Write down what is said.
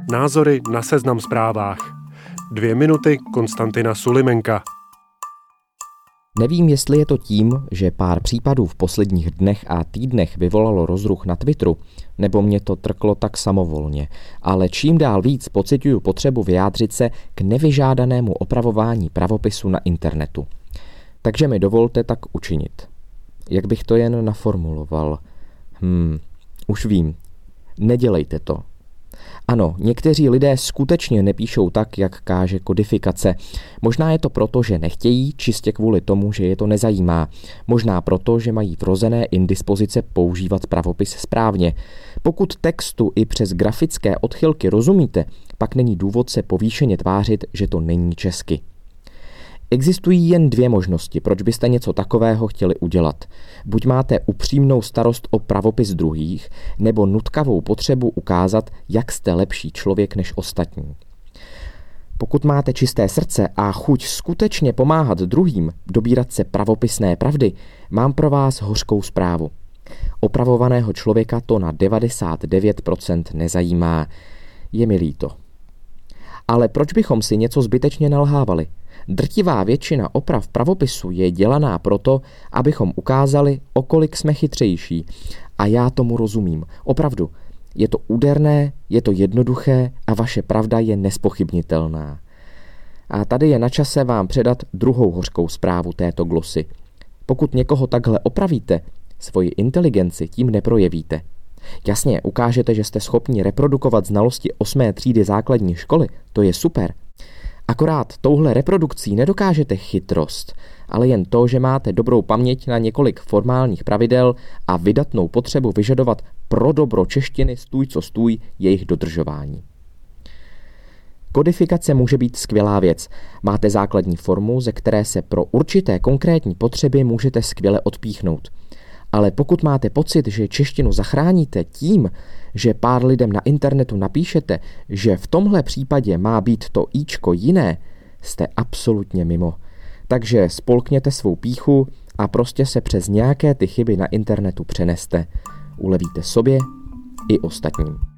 Názory na Seznam Zprávách. 2 minuty Konstantina Sulimenka. Nevím, jestli je to tím, že pár případů v posledních dnech a týdnech vyvolalo rozruch na Twitteru, nebo mě to trklo tak samovolně, ale čím dál víc pociťuju potřebu vyjádřit se k nevyžádanému opravování pravopisu na internetu. Takže mi dovolte tak učinit. Jak bych to jen naformuloval? Už vím. Nedělejte to. Ano, někteří lidé skutečně nepíšou tak, jak káže kodifikace. Možná je to proto, že nechtějí, čistě kvůli tomu, že je to nezajímá. Možná proto, že mají vrozené indispozice používat pravopis správně. Pokud textu i přes grafické odchylky rozumíte, pak není důvod se povýšeně tvářit, že to není česky. Existují jen 2 možnosti, proč byste něco takového chtěli udělat. Buď máte upřímnou starost o pravopis druhých, nebo nutkavou potřebu ukázat, jak jste lepší člověk než ostatní. Pokud máte čisté srdce a chuť skutečně pomáhat druhým, dobírat se pravopisné pravdy, mám pro vás hořkou zprávu. Opravovaného člověka to na 99% nezajímá. Je mi líto. Ale proč bychom si něco zbytečně nalhávali? Drtivá většina oprav pravopisu je dělaná proto, abychom ukázali, o kolik jsme chytřejší. A já tomu rozumím. Opravdu, je to úderné, je to jednoduché a vaše pravda je nezpochybnitelná. A tady je na čase vám předat druhou hořkou zprávu této glosy. Pokud někoho takhle opravíte, svoji inteligenci tím neprojevíte. Jasně, ukážete, že jste schopni reprodukovat znalosti 8. třídy základní školy, to je super. Akorát touhle reprodukcí nedokážete chytrost, ale jen to, že máte dobrou paměť na několik formálních pravidel a vydatnou potřebu vyžadovat pro dobro češtiny stůj co stůj jejich dodržování. Kodifikace může být skvělá věc. Máte základní formu, ze které se pro určité konkrétní potřeby můžete skvěle odpíchnout. Ale pokud máte pocit, že češtinu zachráníte tím, že pár lidem na internetu napíšete, že v tomhle případě má být to íčko jiné, jste absolutně mimo. Takže spolkněte svou pýchu a prostě se přes nějaké ty chyby na internetu přeneste. Ulevíte sobě i ostatním.